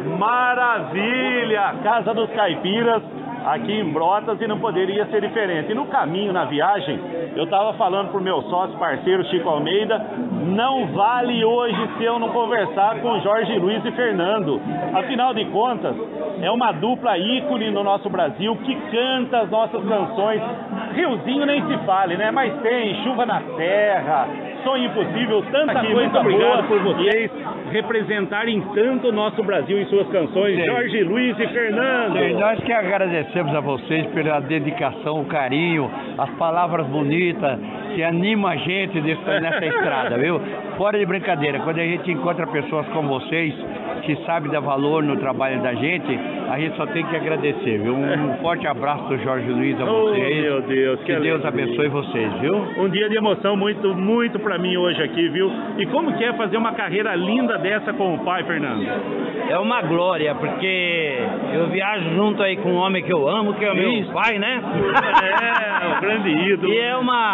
Maravilha! Casa dos Caipiras, aqui em Brotas, e não poderia ser diferente. E no caminho, na viagem, eu estava falando pro meu sócio, parceiro Chico Almeida, não vale hoje se eu não conversar com Jorge Luiz e Fernando. Afinal de contas, é uma dupla ícone no nosso Brasil que canta as nossas canções. Riozinho nem se fale, né? Mas tem Chuva na Terra, Sonho Impossível, tanta coisa. Muito obrigado por vocês representarem tanto o nosso Brasil em suas canções. Sim. Jorge Luiz e Fernando. Sim, nós que agradecemos a vocês pela dedicação, o carinho, as palavras bonitas que animam a gente nessa estrada, viu? Fora de brincadeira, quando a gente encontra pessoas como vocês, que sabem dar valor no trabalho da gente, a gente só tem que agradecer, viu? Um forte abraço do Jorge Luiz a vocês. Meu Deus, que Deus abençoe vocês, viu? Um dia de emoção muito pra mim hoje aqui, viu? E como que é fazer uma carreira linda dessa com o pai, Fernando? É uma glória, porque eu viajo junto aí com um homem que eu amo, que é o meu pai, né? É, o grande ídolo. E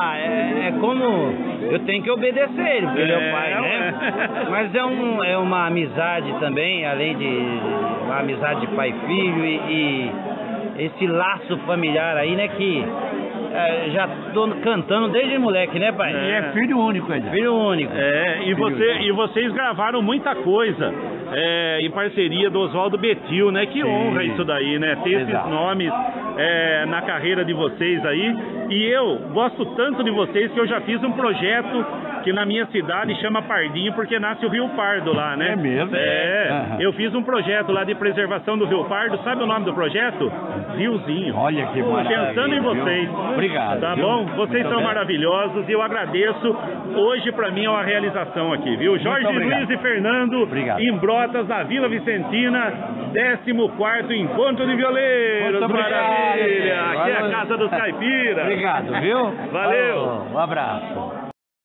é como eu tenho que obedecer ele, porque ele é o pai, né? Mas é uma amizade também, além de uma amizade de pai e filho, e esse laço familiar aí, né, que já tô cantando desde moleque, né, pai? E é filho único ainda. Filho único. E vocês gravaram muita coisa em parceria do Oswaldo Betil, né? Que honra isso daí, né? Ter esses nomes na carreira de vocês aí. E eu gosto tanto de vocês que eu já fiz um projeto que na minha cidade chama Pardinho, porque nasce o Rio Pardo lá, né? É mesmo? Eu fiz um projeto lá de preservação do Rio Pardo. Sabe o nome do projeto? Riozinho. Olha que maravilha. Pensando em vocês. Obrigado. Tá bom? Vocês são maravilhosos e eu agradeço. Hoje pra mim é uma realização aqui, viu? Jorge Luiz e Fernando, em Brotas, na Vila Vicentina, 14º Encontro de Violeiros. Maravilha! Aqui é a Casa dos Caipiras. Obrigado, viu? Valeu! Um abraço.